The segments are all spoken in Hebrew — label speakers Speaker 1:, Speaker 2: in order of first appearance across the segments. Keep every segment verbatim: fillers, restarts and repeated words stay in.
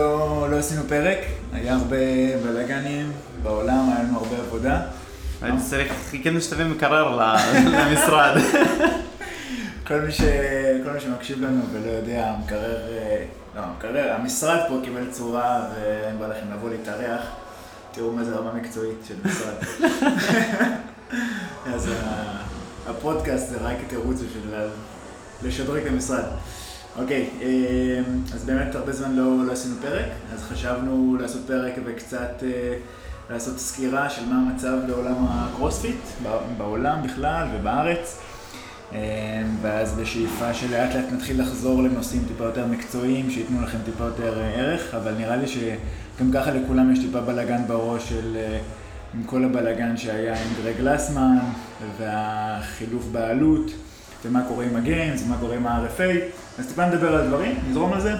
Speaker 1: לא, לא עשינו פרק, היה הרבה בלגנים בעולם, היה לנו הרבה עבודה.
Speaker 2: הייתי צריך, חיכינו שתביא מקרר למשרד.
Speaker 1: כל מי ש... כל מי שמקשיב לנו ולא יודע, המקרר, לא, המקרר, המשרד פה קיבל צורה ואין בא לכם לבוא להתארח. תראו מה זה רמה מקצועית של משרד. אז הפודקאסט זה רק תירוץ של לשדרג את המשרד. אוקיי, אז באמת הרבה זמן לא, לא עשינו פרק, אז חשבנו לעשות פרק וקצת לעשות סקירה של מה המצב לעולם הקרוספיט, בעולם בכלל ובארץ. ואז בשאיפה שלאט לאט נתחיל לחזור לנושאים טיפה יותר מקצועיים, שיתנו לכם טיפה יותר ערך, אבל נראה לי שגם ככה לכולם יש טיפה בלגן בראש של עם כל הבלגן שהיה עם גרג גלסמן והחילוף בעלות ומה קורה עם הגיימס ומה קורה עם ה-אר אף איי, אז טיפה נדבר על דברים, נזרום על זה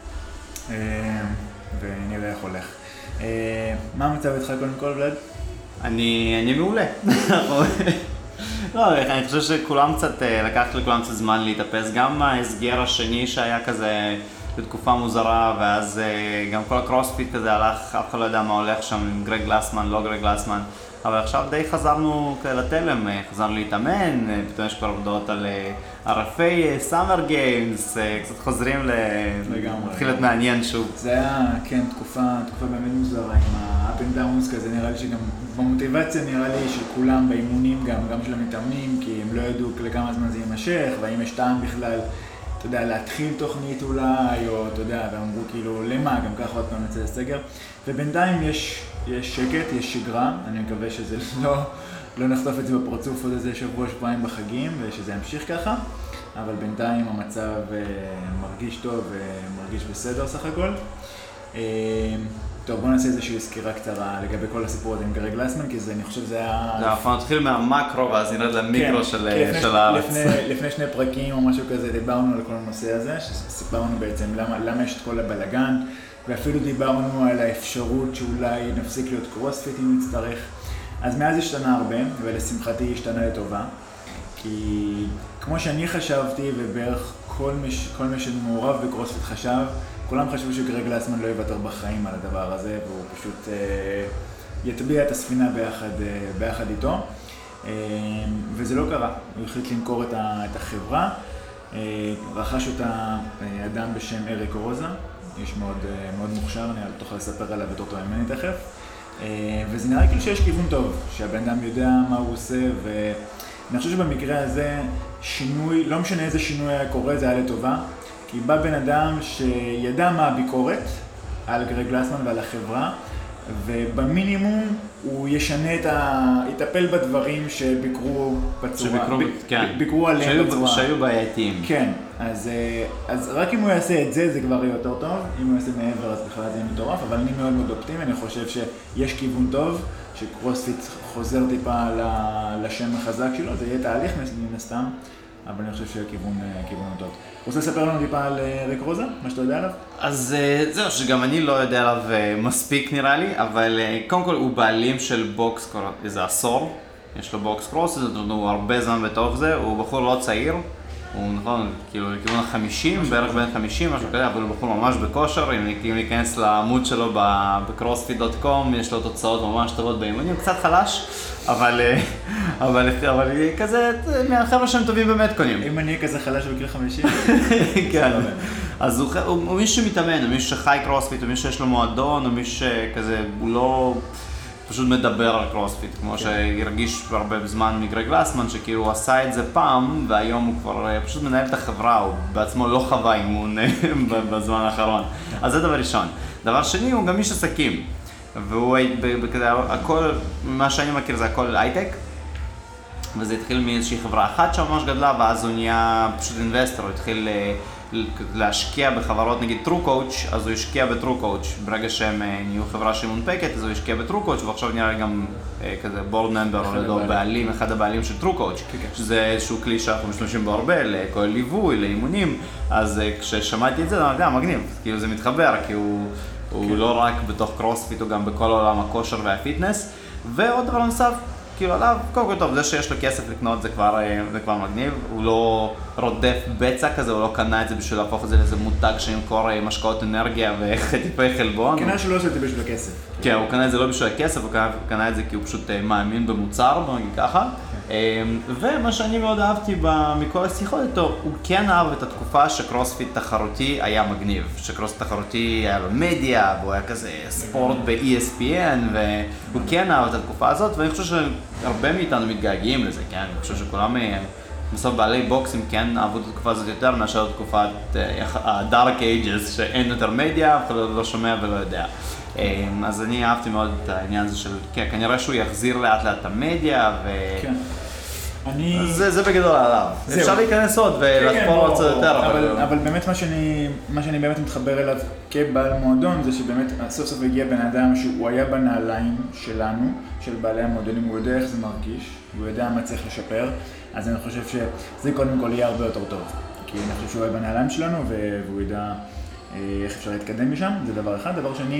Speaker 1: ונראה איך הולך. מה המצב איתך קודם כל, ולד?
Speaker 2: אני, אני מעולה. לא, אני חושב שכולם קצת, לקח לכולם קצת זמן להתאפס, גם ההסגר השני שהיה כזה בתקופה מוזרה, ואז גם כל הקרוספיט כזה הלך, אף אחד לא יודע מה הולך שם עם גרג גלסמן, לא גרג גלסמן, אבל עכשיו די חזרנו לתלם, חזרנו להתאמן, פתאום יש כבר עובדות על אר אף איי, סאמר גיימס, קצת חוזרים להתחיל להיות מעניין שוב.
Speaker 1: זה היה, כן, תקופה, תקופה באמת מוזרה עם ה-up and downs כזה, נראה לי שגם במוטיבציה נראה לי שכולם באימונים גם, גם של המתאמנים, כי הם לא ידעו לכמה זמן זה יימשך, והאם יש טעם בכלל, אתה יודע, להתחיל תוכנית אולי, או אתה יודע, ואמרו כאילו, למה, גם ככה עוד פעם נצא לסגר. ובינתיים יש, יש שקט, יש שגרה, אני מקווה שזה לא, לא נחטוף את זה בפרצוף עוד איזה שבוע, שבועיים בחגים, ושזה ימשיך ככה, אבל בינתיים המצב מרגיש טוב ומרגיש בסדר סך הכל. טוב, בוא נעשה איזושהי סקירה קצרה לגבי כל הסיפור הזה עם גרג גלסמן, כי זה, אני חושב זה היה...
Speaker 2: זה אנחנו נתחיל מהמקרו ואז נרד למיקרו של הארץ.
Speaker 1: לפני שני פרקים או משהו כזה דיברנו על כל הנושא הזה, שסיפרנו בעצם למה יש את כל הבלגן, ואפילו דיברנו על האפשרות שאולי נפסיק להיות קרוספיט אם נצטרך. אז מאז השתנה הרבה, ולשמחתי השתנה לטובה, כי כמו שאני חשבתי ובערך כל מי, כל מי שמעורב בקרוספיט חשב, כולם חשבו שגרג גלסמן לא יוותר בחיים על הדבר הזה, והוא פשוט אה, יטביע את הספינה ביחד, אה, ביחד איתו. אה, וזה לא קרה, הוא החליט למכור את, ה, את החברה, אה, רכש אותה אה, אדם בשם אריק רוזה, איש מאוד, אה, מאוד מוכשר, אני תוכל לספר עליו יותר טוב ממני תכף. אה, וזה נראה כאילו שיש כיוון טוב, שהבן אדם יודע מה הוא עושה, ואני חושב שבמקרה הזה שינוי, לא משנה איזה שינוי היה קורה, זה היה לטובה. כי בא בן אדם שידע מה הביקורת על גרג גלסמן ועל החברה, ובמינימום הוא ישנה את ה... יטפל בדברים שביקרו בצורה,
Speaker 2: שביקרו,
Speaker 1: ב...
Speaker 2: כן.
Speaker 1: ביקרו עליהם
Speaker 2: שהיו,
Speaker 1: בצורה.
Speaker 2: שהיו בעייתיים.
Speaker 1: כן, אז, אז רק אם הוא יעשה את זה, זה כבר יהיה יותר טוב. אם הוא יעשה מעבר, אז בכלל זה יהיה מטורף, אבל אני מאוד מאוד אופטימי, אני חושב שיש כיוון טוב, שקרוספיט חוזר טיפה לשם החזק שלו, זה יהיה תהליך מן הסתם, אבל אני חושב שהכיוון כיוון טוב. רוצה לספר לנו טיפה על אריק רוזה, מה שאתה יודע עליו?
Speaker 2: אז זהו, שגם אני לא יודע עליו מספיק נראה לי, אבל קודם כל הוא בעלים של בוקס כבר איזה עשור, יש לו בוקס קרוס, הוא הרבה זמן בתוך זה, הוא בחור לא צעיר, הוא נכון, כאילו לכיוון החמישים, בערך בין חמישים, משהו כזה, אבל הוא בחור ממש בכושר, אם ניכנס לעמוד שלו בקרוספיט דוט קום, יש לו תוצאות ממש טובות באימונים, הוא קצת חלש, אבל, אבל, אבל כזה, מהחבר'ה שהם טובים באמת קונים.
Speaker 1: אם אני אהיה כזה חלש בגיל חמישים?
Speaker 2: כן. אז הוא, הוא, הוא מישהו שמתאמן, הוא מישהו שחי קרוספיט, הוא מישהו שיש לו מועדון, הוא מישהו שכזה, הוא לא פשוט מדבר על קרוספיט, כמו שהרגיש הרבה זמן מגרג גלסמן, שכאילו הוא עשה את זה פעם, והיום הוא כבר פשוט מנהל את החברה, הוא בעצמו לא חווה אימון בזמן האחרון. אז זה דבר ראשון. דבר שני, הוא גם איש עסקים, והוא בכזה, הכל, מה שאני מכיר זה הכל הייטק, וזה התחיל מאיזושהי חברה אחת שממש גדלה, ואז הוא נהיה פשוט אינבסטור, הוא התחיל להשקיע בחברות, נגיד TrueCoach, אז הוא השקיע ב-TrueCoach, ברגע שהם נהיו חברה שמונפקת, אז הוא השקיע ב-TrueCoach, ועכשיו נראה לי גם כזה בורד ממבר, או בעלים, אחד הבעלים של TrueCoach, שזה איזשהו כלי שאנחנו משתמשים בו הרבה, לכל ליווי, לאימונים, אז כששמעתי את זה, אני יודע, מגניב, כאילו זה מתחבר, כי הוא הוא לא רק בתוך קרוספיט, הוא גם בכל עולם הכושר והפיטנס, ועוד דבר נוסף, כאילו עליו, קודם כל טוב, זה שיש לו כסף לקנות זה כבר, זה כבר מגניב, הוא לא רודף בצע כזה, הוא לא קנה את זה בשביל להפוך את זה לאיזה מותג שימכור משקאות אנרגיה וחטיפי חלבון.
Speaker 1: קנה שהוא לא עושה את זה בשביל הכסף.
Speaker 2: כן, הוא קנה את זה לא בשביל הכסף, הוא קנה את זה כי הוא פשוט מאמין במוצר, בוא נגיד ככה. ומה שאני מאוד אהבתי מכל השיחות איתו, הוא כן אהב את התקופה שקרוספיט תחרותי היה מגניב, שקרוספיט תחרותי היה לו מדיה, והוא היה כזה ספורט ב-E S P N, והוא כן אהב את התקופה הזאת, ואני חושב שהרבה מאיתנו מתגעגעים לזה, כן? אני חושב שכולם בסוף בעלי בוקסים כן אהבו את התקופה הזאת יותר מאשר תקופת ה-Dark Ages, שאין יותר מדיה, אף אחד לא שומע ולא יודע. אז אני אהבתי מאוד את העניין הזה של, כן, כנראה שהוא יחזיר לאט לאט את המדיה, ו...
Speaker 1: כן. אני...
Speaker 2: זה בגדול עליו. אפשר להיכנס עוד ולחפור עוד קצת יותר,
Speaker 1: אבל... אבל באמת מה שאני באמת מתחבר אליו כבעל מועדון, זה שבאמת סוף סוף הגיע בן אדם שהוא היה בנעליים שלנו, של בעלי המועדונים, הוא יודע איך זה מרגיש, הוא יודע מה צריך לשפר, אז אני חושב שזה קודם כל יהיה הרבה יותר טוב. כי אני חושב שהוא היה בנעליים שלנו, והוא ידע איך אפשר להתקדם משם, זה דבר אחד. דבר שני,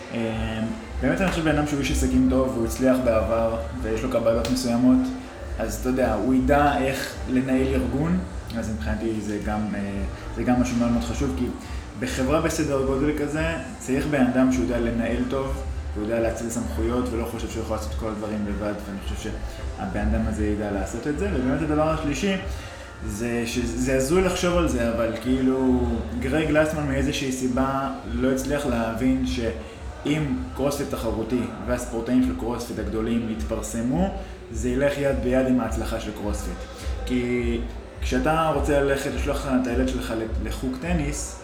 Speaker 1: באמת אני חושב בן אדם שהוא איש עסקים טוב, והוא הצליח בעבר, ויש לו קבלות מסוימות, אז אתה יודע, הוא ידע איך לנהל ארגון, אז מבחינתי זה גם, זה גם משהו מאוד מאוד חשוב, כי בחברה בסדר גודל כזה, צריך בן אדם שהוא יודע לנהל טוב, הוא יודע להציל סמכויות ולא חושב שהוא יכול לעשות כל הדברים לבד, ואני חושב שהבן אדם הזה ידע לעשות את זה. ובאמת הדבר השלישי, זה שזה הזוי לחשוב על זה, אבל כאילו גרג גלסמן מאיזושהי סיבה לא הצליח להבין שאם קרוספיט תחרותי והספורטאים של קרוספיט הגדולים יתפרסמו, זה ילך יד ביד עם ההצלחה של קרוספיט. כי כשאתה רוצה ללכת לשלוח את הילד שלך לחוג טניס,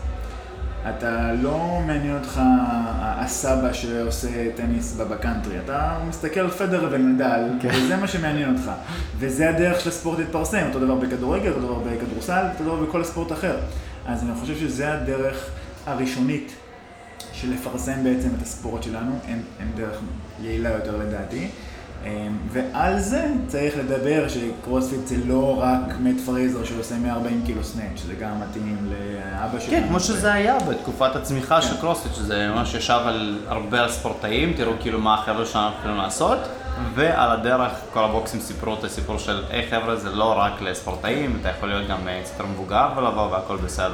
Speaker 1: אתה לא מעניין אותך הסבא שעושה טניס בבקאנטרי, אתה מסתכל על פדרר ונדל, וזה מה שמעניין אותך. וזה הדרך של הספורט להתפרסם, אותו דבר בכדורגל, אותו דבר בכדורסל, אותו דבר בכל הספורט אחר. אז אני חושב שזה הדרך הראשונית של לפרסם בעצם את הספורט שלנו, אין, אין דרך יעילה יותר לדעתי. ועל זה צריך לדבר שקרוספיט זה לא רק מאט פרייזר שעושה מאה וארבעים קילו סנאץ', שזה גם מתאים לאבא שלנו.
Speaker 2: כן, כמו שזה היה בתקופת הצמיחה של קרוספיט, שזה ממש ישב על הרבה ספורטאים, תראו כאילו מה החבר'ה שאנחנו יכולים לעשות, ועל הדרך כל הבוקסים סיפרו את הסיפור של היי חבר'ה, זה לא רק לספורטאים, אתה יכול להיות גם קצת מבוגר ולבוא והכל בסדר.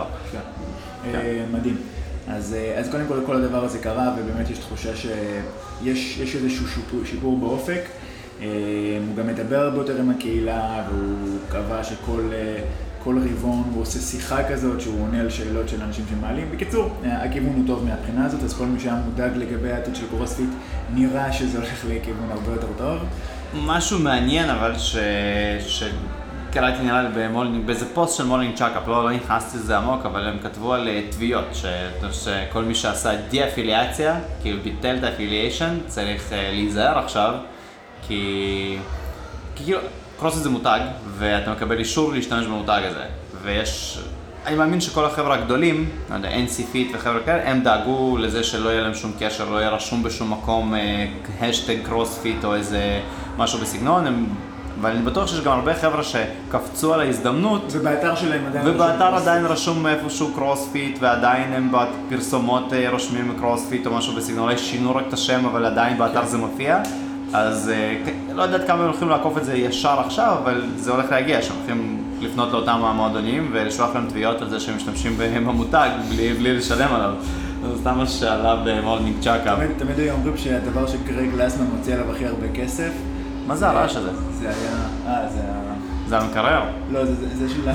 Speaker 1: מדהים. אז, אז קודם כל כל הדבר הזה קרה, ובאמת יש תחושה שיש יש איזשהו שיפור, שיפור באופק. הוא גם מדבר הרבה יותר עם הקהילה, והוא קבע שכל כל רבעון הוא עושה שיחה כזאת, שהוא עונה על שאלות של אנשים שמעלים. בקיצור, הכיוון הוא טוב מהבחינה הזאת, אז כל מי שהיה מודאג לגבי העתיד של קרוספיט, נראה שזה הולך לכיוון הרבה יותר טוב.
Speaker 2: משהו מעניין, אבל ש... ש... קראתי נראה לי במולינג, באיזה פוסט של מולינג צ'אקאפ, לא, לא נכנסתי לזה עמוק, אבל הם כתבו על תביעות, ש... שכל מי שעשה די-אפיליאציה, כאילו ביטל את האפיליישן, צריך uh, להיזהר עכשיו, כי... כי כאילו, קרוספיט זה מותג, ואתה מקבל אישור להשתמש במותג הזה, ויש... אני מאמין שכל החבר'ה הגדולים, לא יודע, אן סי פיט וחבר'ה כאלה, הם דאגו לזה שלא יהיה להם שום קשר, לא יהיה רשום בשום מקום השטג קרוספיט או איזה משהו בסגנון, הם... אבל אני בטוח שיש גם הרבה חבר'ה שקפצו על ההזדמנות.
Speaker 1: ובאתר שלהם עדיין
Speaker 2: רשום. ובאתר עדיין רשום איפשהו קרוספיט, ועדיין הם בפרסומות רושמים קרוספיט או משהו בסגנון, אולי שינו רק את השם, אבל עדיין באתר זה מופיע. אז לא יודעת כמה הם הולכים לעקוף את זה ישר עכשיו, אבל זה הולך להגיע, שהם הולכים לפנות לאותם המועדונים ולשלוח להם תביעות על זה שהם משתמשים בהם המותג בלי, בלי לשלם עליו. זה סתם מה שעלה במולינג צ'אקאפ.
Speaker 1: תמיד, תמיד היו אומרים שהדבר שגרג גלסמן מוציא עליו הכי הרבה כסף.
Speaker 2: מה זה הרעש הזה?
Speaker 1: זה היה... אה, זה היה...
Speaker 2: זה המקרר?
Speaker 1: לא, זה, זה של ה...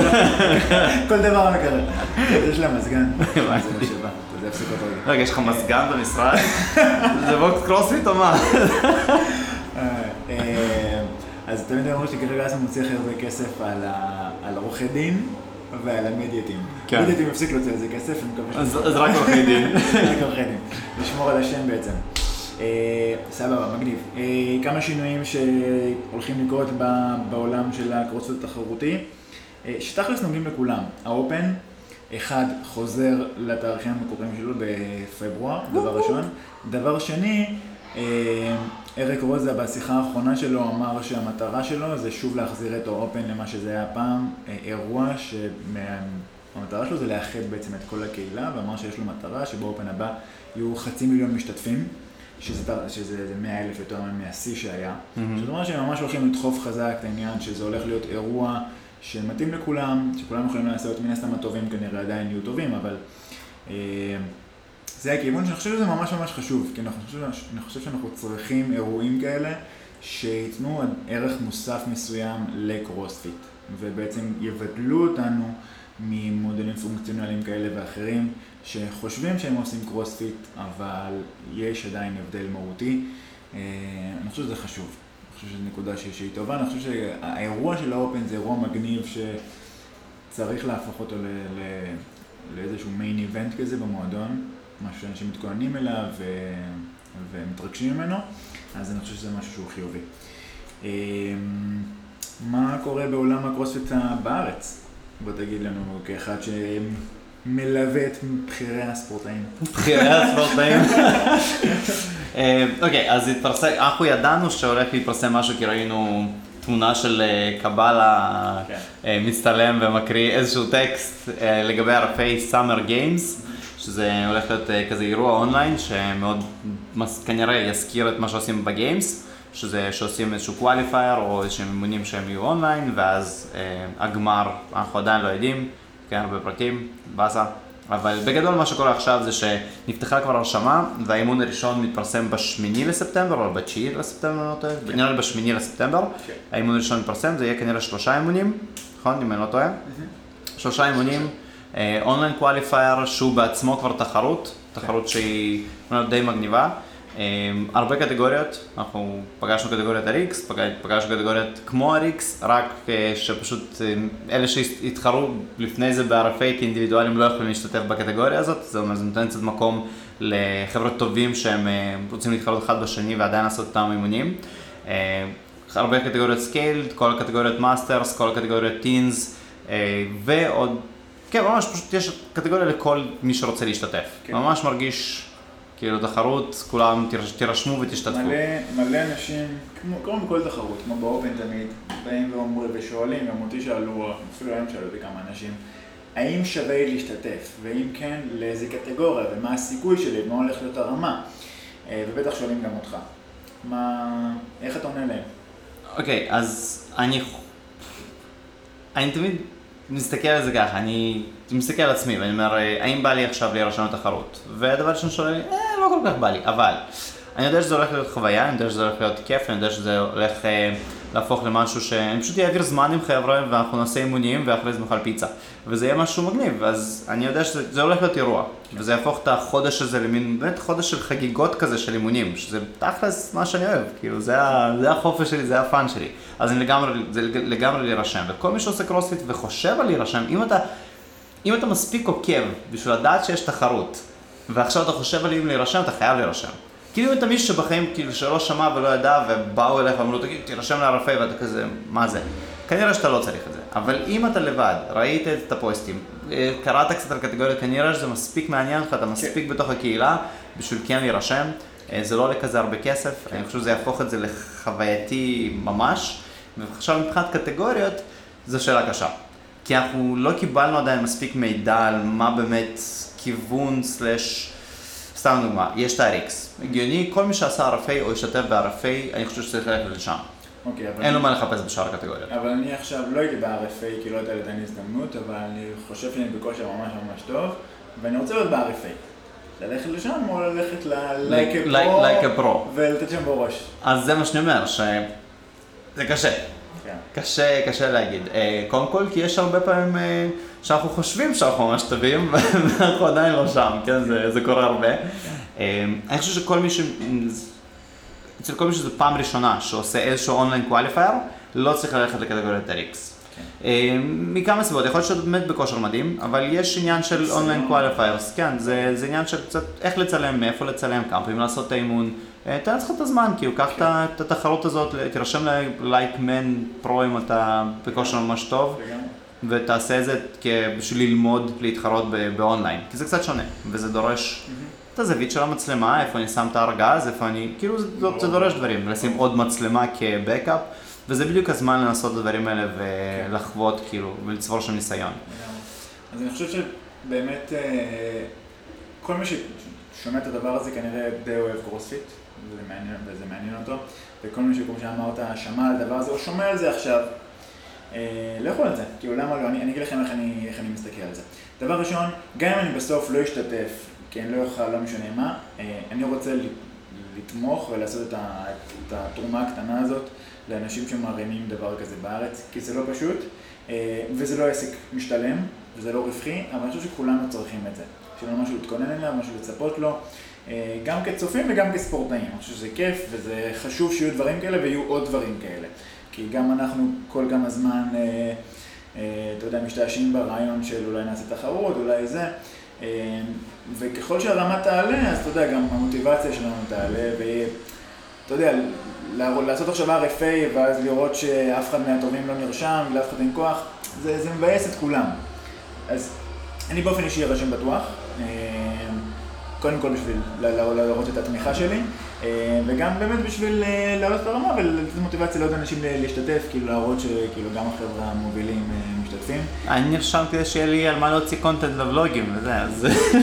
Speaker 1: כל דבר המקרר. זה של המזגן. זה לא שבא. זה הפסיק אותו רגע.
Speaker 2: רגע, יש לך מזגן במשרד? זה בוקס קרוספיט או מה?
Speaker 1: אז תמיד אמרו שגרג גלסמן מוציא הכי הרבה כסף על עורכי דין ועל המדייטים. המדייטים הפסיק להוציא על זה כסף,
Speaker 2: אז רק עורכי דין.
Speaker 1: רק עורכי דין. לשמור על השם בעצם. סבבה, מגניב. כמה שינויים שהולכים לקרות בעולם של הקרוספיט התחרותי, שתכלס נוגעים לכולם. האופן, אחד, חוזר לתאריכים המקוריים שלו בפברואר, דבר ראשון. דבר שני, אריק רוזה בשיחה האחרונה שלו אמר שהמטרה שלו זה שוב להחזיר את האופן למה שזה היה פעם, אירוע שהמטרה שלו זה לאחד בעצם את כל הקהילה, ואמר שיש לו מטרה שבאופן הבא יהיו חצי מיליון משתתפים. שזה, שזה מאה אלף יותר מהשיא שהיה. זאת אומרת שהם ממש הולכים לדחוף חזק את העניין שזה הולך להיות אירוע שמתאים לכולם, שכולם יכולים לעשות, מן הסתם הטובים כנראה עדיין יהיו טובים, אבל אה, זה הכיוון שאני חושב שזה ממש ממש חשוב, כי אני חושב, אני חושב שאנחנו צריכים אירועים כאלה שיתנו ערך מוסף מסוים לקרוספיט, ובעצם יבדלו אותנו ממודלים פונקציונליים כאלה ואחרים שחושבים שהם עושים קרוספיט, אבל יש עדיין הבדל מהותי. אני חושב שזה חשוב, אני חושב שזו נקודה שהיא טובה, אני חושב שהאירוע של האופן זה אירוע מגניב שצריך להפוך אותו לאיזשהו מיין איבנט כזה במועדון, משהו שאנשים מתכוננים אליו ומתרגשים ממנו, אז אני חושב שזה משהו שהוא חיובי. מה קורה בעולם הקרוספיט בארץ? בוא תגיד לנו כאחד שמלווה את בחירי הספורטאים.
Speaker 2: בחירי הספורטאים. אוקיי, אז התפרסם, אנחנו ידענו שהולך להתפרסם משהו כי ראינו תמונה של קבלה מצטלם ומקריא איזשהו טקסט לגבי ערפי סאמר גיימס, שזה הולך להיות כזה אירוע אונליין שמאוד כנראה יזכיר את מה שעושים בגיימס, שזה שעושים איזשהו קואליפייר או איזשהם אימונים שהם יהיו אונליין, ואז אה, הגמר, אנחנו עדיין לא יודעים, כן, הרבה פרקים, באסה. אבל בגדול מה שקורה עכשיו זה שנפתחה כבר הרשמה, והאימון הראשון מתפרסם בשמיני לספטמבר, או בתשיעי לספטמבר, okay. נראה לי בשמיני לספטמבר. Okay. האימון הראשון מתפרסם, זה יהיה כנראה שלושה אימונים, נכון? אם אני לא טועה. Mm-hmm. שלושה אימונים, אה, אונליין קואליפייר, שהוא בעצמו כבר תחרות, okay. תחרות שהיא די מגניבה. Um, הרבה קטגוריות, אנחנו פגשנו קטגוריית ה-R X, פגש, פגשנו קטגוריות כמו ה-R X, רק uh, שפשוט um, אלה שהתחרו לפני זה ב-R F A כאינדיבידואלים לא יכולים להשתתף בקטגוריה הזאת, זה אומר, זה נותן קצת מקום לחברות טובים שהם uh, רוצים להתחרות אחד בשני ועדיין לעשות אותם אימונים. Uh, הרבה קטגוריות סקיילד, כל הקטגוריות מאסטרס, כל הקטגוריות טינס, uh, ועוד, כן, ממש פשוט יש קטגוריה לכל מי שרוצה להשתתף, כן. ממש מרגיש כאילו תחרות, כולם תירשמו ותשתתפו.
Speaker 1: מלא, מלא אנשים, כמו, כמו בכל תחרות, כמו באופן תמיד, באים ואומרים ושואלים, גם אותי שאלו, אפילו היום שאלו בכמה אנשים, האם שווה לי להשתתף, ואם כן, לאיזה קטגוריה, ומה הסיכוי שלי, מה הולך להיות הרמה, ובטח שואלים גם אותך. מה, איך אתה עונה להם?
Speaker 2: אוקיי, okay, אז אני, אני תמיד מסתכל על זה ככה, אני מסתכל על עצמי ואני אומר, האם בא לי עכשיו להירשם לתחרות? והדבר שאני שואל לי, אה, לא כל כך בא לי, אבל אני יודע שזה הולך להיות חוויה, אני יודע שזה הולך להיות כיף, אני יודע שזה הולך אה, להפוך למשהו שאני פשוט אעביר זמן עם חבר'ה ואנחנו נעשה אימונים ואחרי זה נאכל פיצה. וזה יהיה משהו מגניב, אז אני יודע שזה הולך להיות אירוע, וזה יהפוך את החודש הזה למין, באמת חודש של חגיגות כזה של אימונים, שזה תכלס מה שאני אוהב, כאילו זה, זה החופש שלי, זה הפאן שלי. אז אני לגמרי, זה לגמרי להירשם, וכל מי שעושה קרוספיט וחושב על להירשם, אם אתה, אם אתה מספיק עוקב בשביל לדעת שיש תחרות, ועכשיו אתה חושב על אם להירשם, אתה חייב להירשם. כאילו אם אתה מישהו שבחיים כאילו שלא שמע ולא ידע ובאו אליך ואמרו, תגיד, תירשם ל-R F A ואתה כזה, מה זה? כנראה שאתה לא צריך את זה. אבל אם אתה לבד, ראית את הפוסטים, קראת קצת על קטגוריות, כנראה שזה מספיק מעניין לך, אתה מספיק בתוך הקהילה בשביל כן להירשם. זה לא עולה כזה הרבה כסף, אני חושב שזה יהפוך את זה לחווייתי ממש. ועכשיו מבחינת קטגוריות, זו שאלה קשה. כי אנחנו לא קיבלנו עדיין מספיק מידע על מה באמת כיוון סלש... סתם דוגמה, יש את ה-R X. הגיוני, כל מי שעשה R F A או ישתתף ב-R F A, אני חושב שצריך ללכת לשם.
Speaker 1: אוקיי, אבל...
Speaker 2: אין לו מה לחפש בשאר הקטגוריות.
Speaker 1: אבל אני עכשיו לא הייתי ב-R F A כי לא הייתה לי את ההזדמנות, אבל אני חושב שאני בכושר ממש ממש טוב, ואני רוצה להיות ב-R F A. ללכת לשם או ללכת ל-Like a Pro ולתת שם בראש.
Speaker 2: אז זה מה שאני אומר, שזה קשה. קשה, קשה להגיד. קודם כל, כי יש הרבה פעמים שאנחנו חושבים שאנחנו ממש טובים, ואנחנו עדיין לא שם, כן? זה, זה קורה הרבה. אני חושב שכל מי ש... אצל כל מי שזו פעם ראשונה שעושה איזשהו אונליין קואליפייר, לא צריך ללכת לקטגוריית ה-R X. מכמה סיבות, יכול להיות שאתה באמת בכושר מדהים, אבל יש עניין של אונליין קואליפיירס, כן, זה, זה עניין של קצת איך לצלם, מאיפה לצלם, כמה פעמים לעשות את האימון, תן לך את הזמן, כאילו, קח את התחרות הזאת, תירשם ל-Like-Man פרו אם אתה בכושר ממש טוב, ותעשה את זה בשביל ללמוד להתחרות באונליין, כי זה קצת שונה, וזה דורש את הזווית של המצלמה, איפה אני שם את הארגז, איפה אני, כאילו זה דורש דברים, לשים עוד מצלמה כבקאפ, וזה בדיוק הזמן לנסות את הדברים האלה ולחוות, כאילו, ולצבור שם ניסיון.
Speaker 1: אז אני חושב שבאמת, כל מי שומע את הדבר הזה כנראה די אוהב קרוספיט, וזה מעניין, וזה מעניין אותו, וכל מי שכמו שאמרת, שמע על הדבר הזה או שומע על זה עכשיו, לא יכול על זה, כי למה לא, אני, אני אגיד לכם איך אני, איך אני מסתכל על זה. דבר ראשון, גם אם אני בסוף לא אשתתף, כי אני לא אוכל, לא משנה מה, אני רוצה לתמוך ולעשות את התרומה הקטנה הזאת לאנשים שמרימים דבר כזה בארץ, כי זה לא פשוט, וזה לא עסק משתלם, וזה לא רווחי, אבל אני חושב שכולנו צריכים את זה. שיהיה לנו משהו להתכונן אליו, משהו לצפות לו, גם כצופים וגם כספורטאים. אני חושב שזה כיף, וזה חשוב שיהיו דברים כאלה ויהיו עוד דברים כאלה. כי גם אנחנו כל כמה זמן, אתה יודע, משתעשים ברעיון של אולי נעשה תחרות, אולי זה. וככל שהרמה תעלה, אז אתה יודע, גם המוטיבציה שלנו תעלה, ואתה יודע, לעשות עכשיו אר אף איי ואז לראות שאף אחד מהטובים לא נרשם, ולאף אחד אין כוח, זה, זה מבאס את כולם. אז אני באופן אישי ארשם בטוח, קודם כל בשביל להראות את התמיכה שלי, וגם באמת בשביל לעלות את הרמה ולתת מוטיבציה לעוד אנשים להשתתף, כאילו להראות שכאילו גם החבר'ה המובילים משתתפים.
Speaker 2: אני נרשם כדי שיהיה לי על מה להוציא קונטנט לבלוגים וזה, אז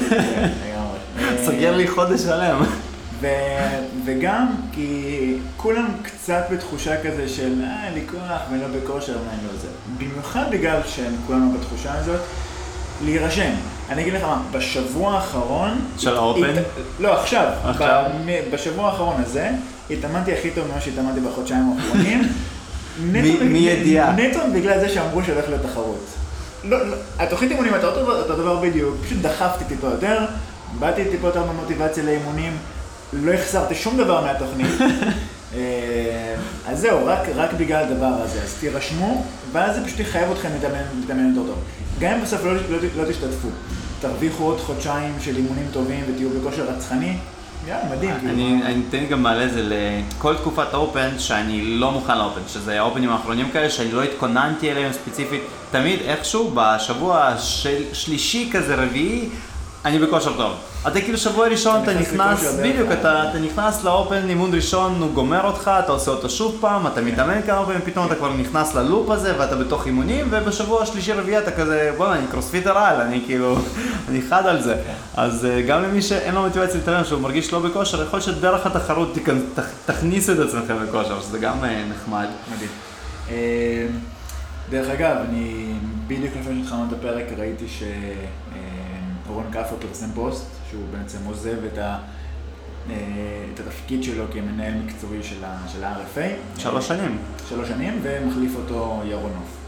Speaker 2: סוגר לי חודש שלם.
Speaker 1: וגם כי כולם קצת בתחושה כזה של אה, לי כוח ולא בכושר, מה אני לא זה. במיוחד בגלל שכולנו בתחושה הזאת, להירשם. אני אגיד לך מה, בשבוע האחרון...
Speaker 2: של האופן?
Speaker 1: לא, עכשיו. עכשיו? בשבוע האחרון הזה, התאמנתי הכי טוב ממה שהתאמנתי בחודשיים האחרונים.
Speaker 2: מי ידיעה?
Speaker 1: נטו בגלל זה שאמרו שהולך לתחרות. התוכנית אימונים, אתה אותו דבר בדיוק, פשוט דחפתי טיפה יותר, באתי טיפה יותר במוטיבציה לאימונים, לא החסרתי שום דבר מהתוכנית. אז זהו, רק, רק בגלל הדבר הזה, אז תירשמו, ואז זה פשוט יחייב אתכם להתאמן יותר טוב. גם אם בסוף לא, לא, לא תשתתפו, תרוויחו עוד חודשיים של אימונים טובים ותהיו בכושר רצחני, יאללה, מדהים.
Speaker 2: אני, אני אתן גם מעלה זה לכל תקופת האופן שאני לא מוכן לאופן, שזה האופנים האחרונים כאלה שאני לא התכוננתי אליהם ספציפית, תמיד איכשהו בשבוע השלישי כזה רביעי, אני בכושר טוב. אתה כאילו שבוע ראשון אתה נכנס, בדיוק, אתה, אתה נכנס לאופן, אימון ראשון, הוא גומר אותך, אתה עושה אותו שוב פעם, אתה מתאמן כמה פעמים, פתאום אתה כבר נכנס ללופ הזה ואתה בתוך אימונים, ובשבוע השלישי רביעי אתה כזה, בוא'נה, אני קרוספיטר על, אני כאילו, אני חד על זה. אז גם למי שאין לו מוטיבציה להתאמן, שהוא מרגיש לא בכושר, יכול להיות שדרך התחרות תכניסו את עצמכם בכושר, שזה גם נחמד.
Speaker 1: מדהים. דרך אגב, אני בדיוק לפני שהתחלנו את הפרק ראיתי ש... רון קאפו פרסם פוסט, שהוא בעצם עוזב את, ה, את התפקיד שלו כמנהל מקצועי של ה-אר אף איי.
Speaker 2: שלוש שנים.
Speaker 1: שלוש שנים, ומחליף אותו ירון נוף.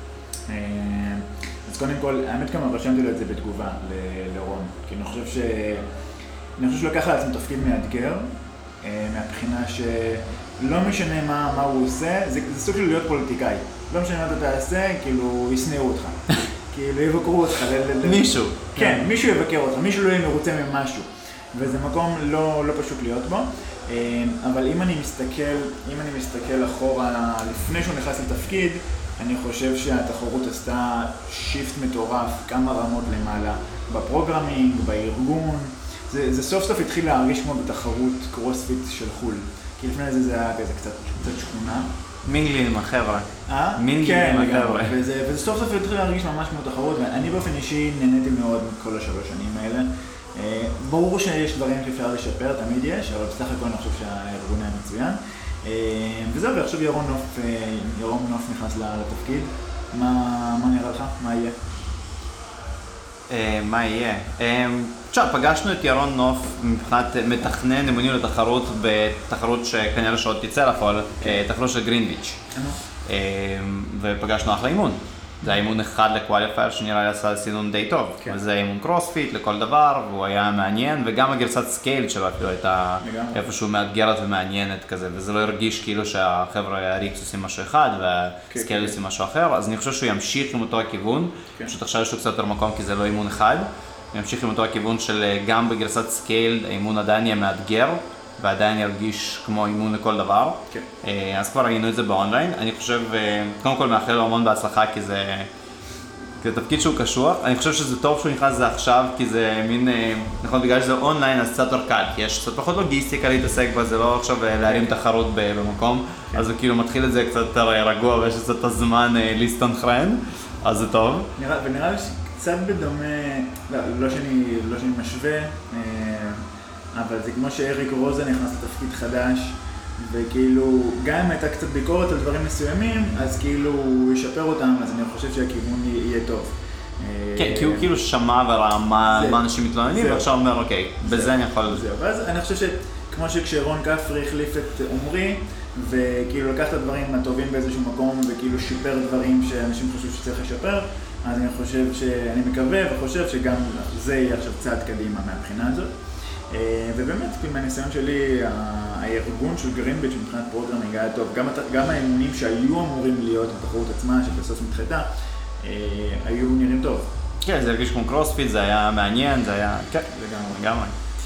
Speaker 1: אז קודם כל, האמת כמה רשמתי לו את זה בתגובה לרון, כי אני חושב ש... אני חושב שלקח לעצמו תפקיד מאתגר, מהבחינה שלא משנה מה, מה הוא עושה, זה, זה סוג של להיות פוליטיקאי. לא משנה מה אתה תעשה, כאילו יסנעו אותך. כאילו יבקרו אותך.
Speaker 2: מישהו.
Speaker 1: כן, מישהו יבקר אותך, מישהו לא יהיה מרוצה ממשהו. וזה מקום לא, לא פשוט להיות בו. אבל אם אני מסתכל, אם אני מסתכל אחורה, לפני שהוא נכנס לתפקיד, אני חושב שהתחרות עשתה שיפט מטורף, כמה רמות למעלה, בפרוגרמינג, בארגון. זה, זה סוף סוף התחיל להרגיש כמו בתחרות קרוספיט של חול. כי לפני זה זה היה כזה קצת, קצת שכונה.
Speaker 2: מינגלין עם החבר'ה.
Speaker 1: אה?
Speaker 2: מינגלין עם החבר'ה.
Speaker 1: וזה, וזה סוף סוף התחיל להרגיש ממש כמו תחרות, ואני באופן אישי נהניתי מאוד מכל השלוש שנים האלה. ברור שיש דברים שאפשר לשפר, תמיד יש, אבל בסך הכל אני חושב שהארגון היה מצוין. וזהו, ועכשיו ירון נוף, ירון נוף נכנס לתפקיד. מה, מה נראה לך? מה יהיה?
Speaker 2: מה יהיה? עכשיו, פגשנו את ירון נוף מבחינת מתכנן אימונים לתחרות בתחרות שכנראה שעוד תצא לפועל, תחרות של גרינוויץ'. ופגשנו אחלה אימון. זה היה אימון אחד לקואליפייר שנראה לי עשה סינון די טוב. וזה אימון קרוספיט לכל דבר, והוא היה מעניין, וגם הגרסת סקייל שלו אפילו הייתה איפשהו מאתגרת ומעניינת כזה, וזה לא הרגיש כאילו שהחבר'ה הריקס עושים משהו אחד והסקייל עושים משהו אחר, אז אני חושב שהוא ימשיך עם אותו הכיוון, פשוט עכשיו יש לו קצת יותר מקום כי זה לא אימון אחד, הוא ימשיך עם אותו הכיוון של גם בגרסת סקייל, האימון עדיין יהיה מאתגר, ועדיין ירגיש כמו אימון לכל דבר. Okay. אז כבר ראינו את זה באונליין. אני חושב, קודם כל מאחל לו המון בהצלחה, כי זה, כי זה תפקיד שהוא קשוח. אני חושב שזה טוב שהוא נכנס לזה עכשיו, כי זה מין, נכון, בגלל שזה אונליין, אז קצת יותר קל, כי יש קצת פחות לוגיסטיקה להתעסק בה, זה לא עכשיו להרים תחרות במקום, okay. אז הוא כאילו מתחיל את זה קצת יותר רגוע, ויש קצת הזמן להסתנכרן, אז זה טוב.
Speaker 1: נראה, ונראה לי שקצת בדומה, לא, לא שאני, לא שאני משווה, אבל זה כמו שאריק רוזה נכנס לתפקיד חדש, וכאילו, גם אם הייתה קצת ביקורת על דברים מסוימים, אז כאילו הוא ישפר אותם, אז אני חושב שהכיוון יהיה טוב.
Speaker 2: כן, כי הוא כאילו שמע וראה מה אנשים מתלוננים, ועכשיו אומר, אוקיי, בזה אני יכול...
Speaker 1: זהו, ואז אני חושב שכמו שכשרון כפרי החליף את עומרי, וכאילו לקח את הדברים הטובים באיזשהו מקום, וכאילו שיפר דברים שאנשים חושבים שצריך לשפר, אז אני חושב שאני מקווה וחושב שגם זה יהיה עכשיו צעד קדימה מהבחינה הזאת. ובאמת, מהניסיון שלי, הארגון של גרינביץ' מבחינת פרוגרמינג היה טוב. גם האימונים שהיו אמורים להיות בתחרות עצמה, שבסוף נדחתה, היו נראים טוב.
Speaker 2: כן, זה הרגיש כמו קרוספיט, זה היה מעניין, זה היה...
Speaker 1: כן,
Speaker 2: לגמרי.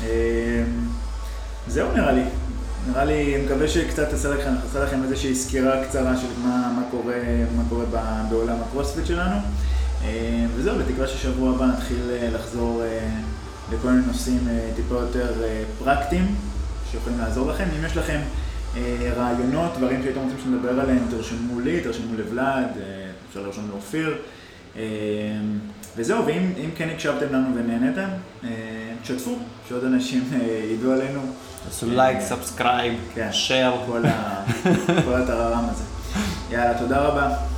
Speaker 1: זהו נראה לי. נראה לי, אני מקווה שקצת עשה לכם, עשה לכם איזושהי סקירה קצרה של מה, מה קורה, מה קורה בעולם הקרוספיט שלנו. וזהו, בתקווה ששבוע הבא נתחיל לחזור לכל מיני נושאים טיפה יותר פרקטיים שיכולים לעזור לכם. אם יש לכם רעיונות, דברים שהייתם רוצים שנדבר עליהם, תרשמו לי, תרשמו לבלעד, אפשר לרשום לאופיר. וזהו, ואם כן הקשבתם לנו ונהנתם, תשתפו, שעוד אנשים ידעו עלינו.
Speaker 2: תעשו לייק, סאבסקרייב, שייר.
Speaker 1: כל הטררם הזה. יאללה, תודה רבה.